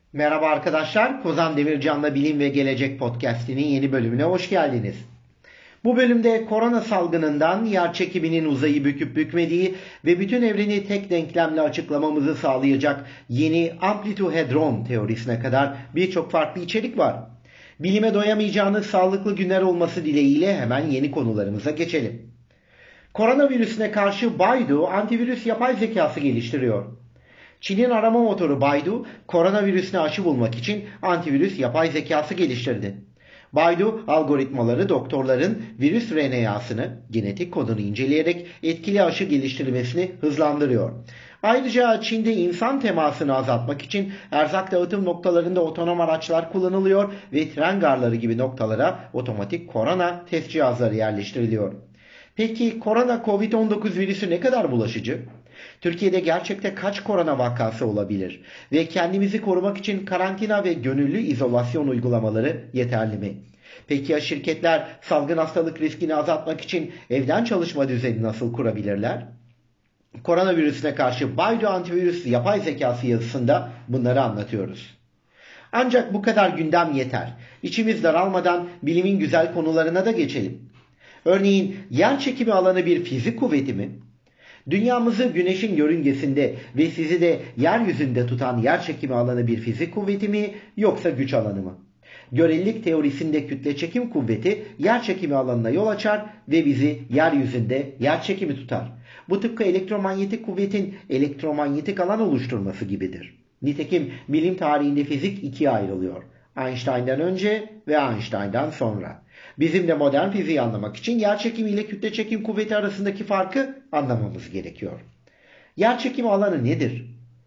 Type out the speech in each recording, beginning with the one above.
Merhaba arkadaşlar, Kozan Demircan'la Bilim ve Gelecek Podcast'inin yeni bölümüne hoş geldiniz. Bu bölümde korona salgınından yerçekiminin uzayı büküp bükmediği ve bütün evreni tek denklemle açıklamamızı sağlayacak yeni amplituhedron teorisine kadar birçok farklı içerik var. Bilime doyamayacağınız sağlıklı günler olması dileğiyle hemen yeni konularımıza geçelim. Koronavirüsüne karşı Baidu antivirüs yapay zekası geliştiriyor. Çin'in arama motoru Baidu, koronavirüsüne aşı bulmak için antivirüs yapay zekası geliştirdi. Baidu, algoritmaları doktorların virüs RNA'sını, genetik kodunu inceleyerek etkili aşı geliştirilmesini hızlandırıyor. Ayrıca Çin'de insan temasını azaltmak için erzak dağıtım noktalarında otonom araçlar kullanılıyor ve tren garları gibi noktalara otomatik korona test cihazları yerleştiriliyor. Peki korona COVID-19 virüsü ne kadar bulaşıcı? Türkiye'de gerçekte kaç korona vakası olabilir? Ve kendimizi korumak için karantina ve gönüllü izolasyon uygulamaları yeterli mi? Peki ya şirketler salgın hastalık riskini azaltmak için evden çalışma düzeni nasıl kurabilirler? Koronavirüsüne karşı Baidu antivirüs yapay zekası yazısında bunları anlatıyoruz. Ancak bu kadar gündem yeter. İçimiz daralmadan bilimin güzel konularına da geçelim. Örneğin yer çekimi alanı bir fizik kuvveti mi? Dünyamızı güneşin yörüngesinde ve sizi de yeryüzünde tutan yerçekimi alanı bir fizik kuvveti mi yoksa güç alanı mı? Görelilik teorisinde kütle çekim kuvveti yerçekimi alanına yol açar ve bizi yeryüzünde yerçekimi tutar. Bu tıpkı elektromanyetik kuvvetin elektromanyetik alan oluşturması gibidir. Nitekim bilim tarihinde fizik ikiye ayrılıyor. Einstein'dan önce ve Einstein'dan sonra. Bizim de modern fiziği anlamak için yerçekimi ile kütle çekim kuvveti arasındaki farkı anlamamız gerekiyor. Yerçekimi alanı nedir?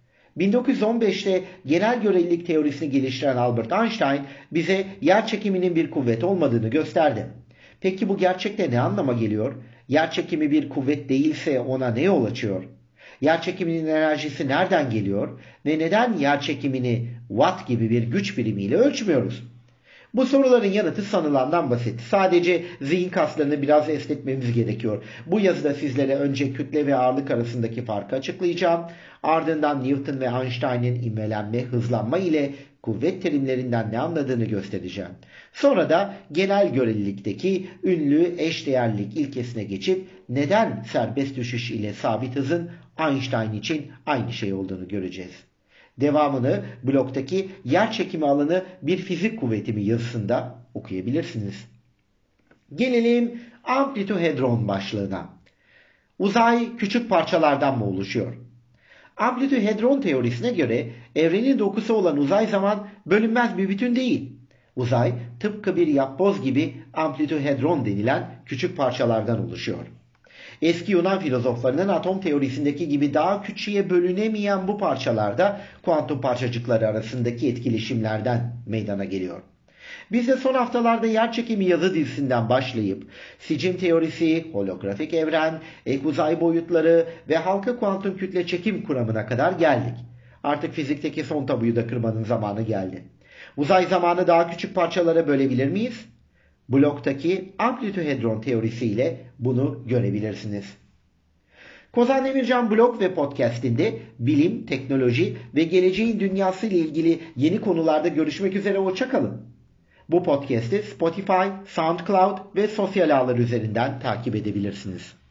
1915'te genel görelilik teorisini geliştiren Albert Einstein bize yerçekiminin bir kuvvet olmadığını gösterdi. Peki bu gerçekte ne anlama geliyor? Yerçekimi bir kuvvet değilse ona ne yol açıyor? Yerçekiminin enerjisi nereden geliyor ve neden yerçekimini watt gibi bir güç birimiyle ölçmüyoruz? Bu soruların yanıtı sanılandan basit. Sadece zihin kaslarını biraz esnetmemiz gerekiyor. Bu yazıda sizlere önce kütle ve ağırlık arasındaki farkı açıklayacağım. Ardından Newton ve Einstein'ın ivmelenme, hızlanma ile kuvvet terimlerinden ne anladığını göstereceğim. Sonra da genel görelilikteki ünlü eşdeğerlik ilkesine geçip neden serbest düşüş ile sabit hızın Einstein için aynı şey olduğunu göreceğiz. Devamını bloktaki yerçekimi alanı bir fizik kuvveti mi yazısında okuyabilirsiniz. Gelelim amplituhedron başlığına. Uzay küçük parçalardan mı oluşuyor? Amplituhedron teorisine göre evrenin dokusu olan uzay zaman bölünmez bir bütün değil. Uzay tıpkı bir yapboz gibi amplituhedron denilen küçük parçalardan oluşuyor. Eski Yunan filozoflarının atom teorisindeki gibi daha küçüğe bölünemeyen bu parçalarda kuantum parçacıkları arasındaki etkileşimlerden meydana geliyor. Biz de son haftalarda yerçekimi yazı dizisinden başlayıp sicim teorisi, holografik evren, ek uzay boyutları ve halka kuantum kütle çekim kuramına kadar geldik. Artık fizikteki son tabuyu da kırmanın zamanı geldi. Uzay zamanı daha küçük parçalara bölebilir miyiz? Bloktaki amplituhedron teorisiyle bunu görebilirsiniz. Kozan Demircan blog ve podcast'inde bilim, teknoloji ve geleceğin dünyası ile ilgili yeni konularda görüşmek üzere, hoşça kalın. Bu podcast'i Spotify, SoundCloud ve sosyal ağlar üzerinden takip edebilirsiniz.